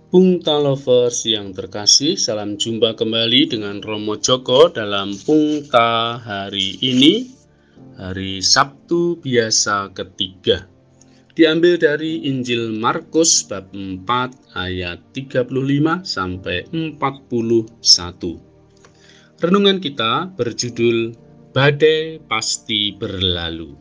Pungta Lovers yang terkasih, salam jumpa kembali dengan Romo Joko dalam Pungta hari ini, hari Sabtu biasa ketiga. Diambil dari Injil Markus bab 4 ayat 35 sampai 41. Renungan kita berjudul Badai Pasti Berlalu.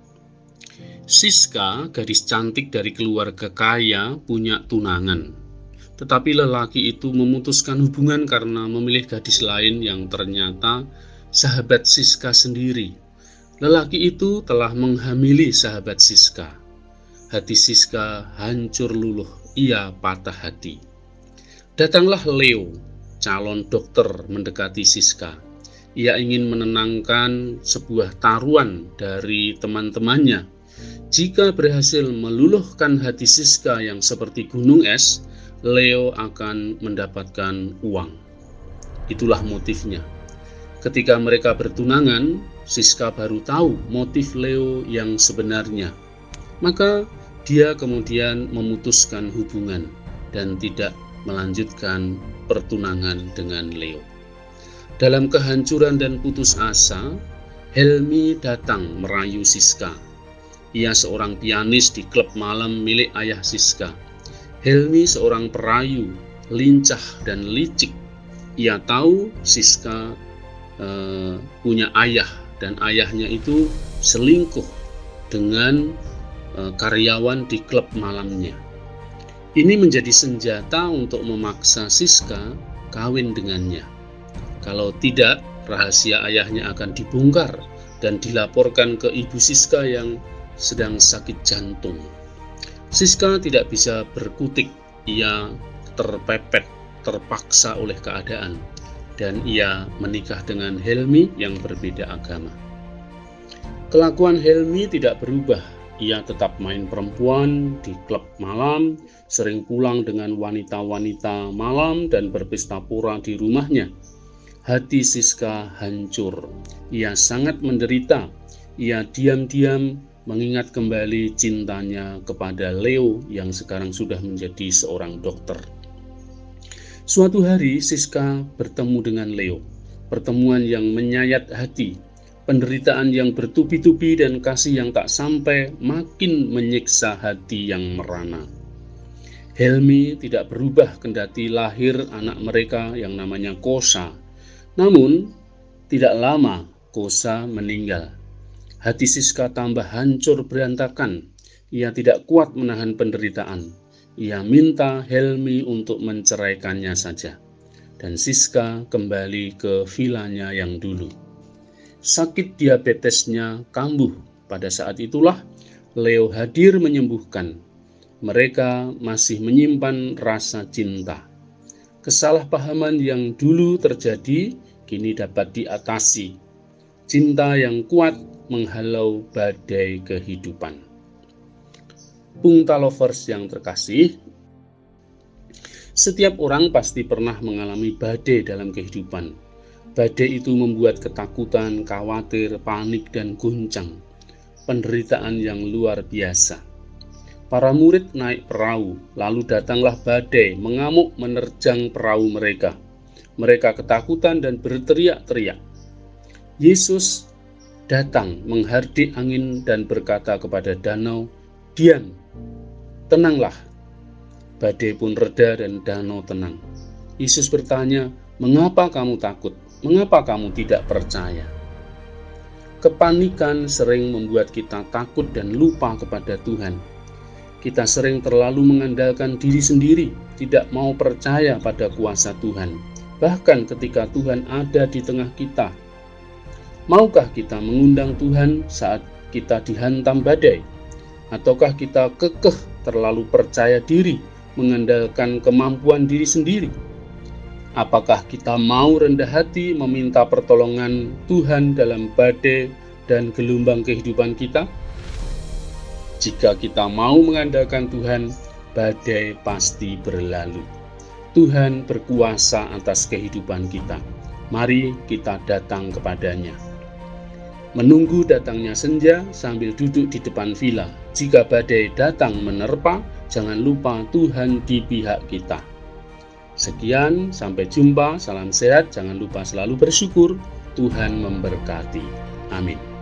Siska, gadis cantik dari keluarga kaya, punya tunangan. Tetapi lelaki itu memutuskan hubungan karena memilih gadis lain yang ternyata sahabat Siska sendiri. Lelaki itu telah menghamili sahabat Siska. Hati Siska hancur luluh, ia patah hati. Datanglah Leo, calon dokter, mendekati Siska. Ia ingin menenangkan sebuah taruhan dari teman-temannya. Jika berhasil meluluhkan hati Siska yang seperti gunung es, Leo akan mendapatkan uang. Itulah motifnya. Ketika mereka bertunangan, Siska baru tahu motif Leo yang sebenarnya. Maka dia kemudian memutuskan hubungan dan tidak melanjutkan pertunangan dengan Leo. Dalam kehancuran dan putus asa, Helmi datang merayu Siska. Ia seorang pianis di klub malam milik ayah Siska. Helmi seorang perayu, lincah dan licik. Ia tahu Siska punya ayah dan ayahnya itu selingkuh dengan karyawan di klub malamnya. Ini menjadi senjata untuk memaksa Siska kawin dengannya. Kalau tidak, rahasia ayahnya akan dibongkar dan dilaporkan ke ibu Siska yang sedang sakit jantung. Siska tidak bisa berkutik, ia terpepet, terpaksa oleh keadaan, dan ia menikah dengan Helmi yang berbeda agama. Kelakuan Helmi tidak berubah, ia tetap main perempuan di klub malam, sering pulang dengan wanita-wanita malam dan berpesta pora di rumahnya. Hati Siska hancur, ia sangat menderita, ia diam-diam mengingat kembali cintanya kepada Leo yang sekarang sudah menjadi seorang dokter. Suatu hari Siska bertemu dengan Leo, pertemuan yang menyayat hati, penderitaan yang bertubi-tubi dan kasih yang tak sampai makin menyiksa hati yang merana. Helmi tidak berubah kendati lahir anak mereka yang namanya Kosa. Namun tidak lama Kosa meninggal. Hati Siska tambah hancur berantakan. Ia tidak kuat menahan penderitaan. Ia minta Helmi untuk menceraikannya saja. Dan Siska kembali ke vilanya yang dulu. Sakit diabetesnya kambuh. Pada saat itulah Leo hadir menyembuhkan. Mereka masih menyimpan rasa cinta. Kesalahpahaman yang dulu terjadi kini dapat diatasi. Cinta yang kuat menghalau badai kehidupan. Pungta Lovers yang terkasih, setiap orang pasti pernah mengalami badai dalam kehidupan. Badai itu membuat ketakutan, khawatir, panik, dan goncang. Penderitaan yang luar biasa. Para murid naik perahu, lalu datanglah badai mengamuk menerjang perahu mereka. Mereka ketakutan dan berteriak-teriak. Yesus datang menghardik angin dan berkata kepada danau, "Diam, tenanglah." Badai pun reda dan danau tenang. Yesus bertanya, "Mengapa kamu takut? Mengapa kamu tidak percaya?" Kepanikan sering membuat kita takut dan lupa kepada Tuhan. Kita sering terlalu mengandalkan diri sendiri, tidak mau percaya pada kuasa Tuhan. Bahkan ketika Tuhan ada di tengah kita, maukah kita mengundang Tuhan saat kita dihantam badai? Ataukah kita kekeh terlalu percaya diri, mengandalkan kemampuan diri sendiri? Apakah kita mau rendah hati meminta pertolongan Tuhan dalam badai dan gelombang kehidupan kita? Jika kita mau mengandalkan Tuhan, badai pasti berlalu. Tuhan berkuasa atas kehidupan kita. Mari kita datang kepadanya. Menunggu datangnya senja sambil duduk di depan villa. Jika badai datang menerpa, jangan lupa Tuhan di pihak kita. Sekian, sampai jumpa, salam sehat, jangan lupa selalu bersyukur, Tuhan memberkati. Amin.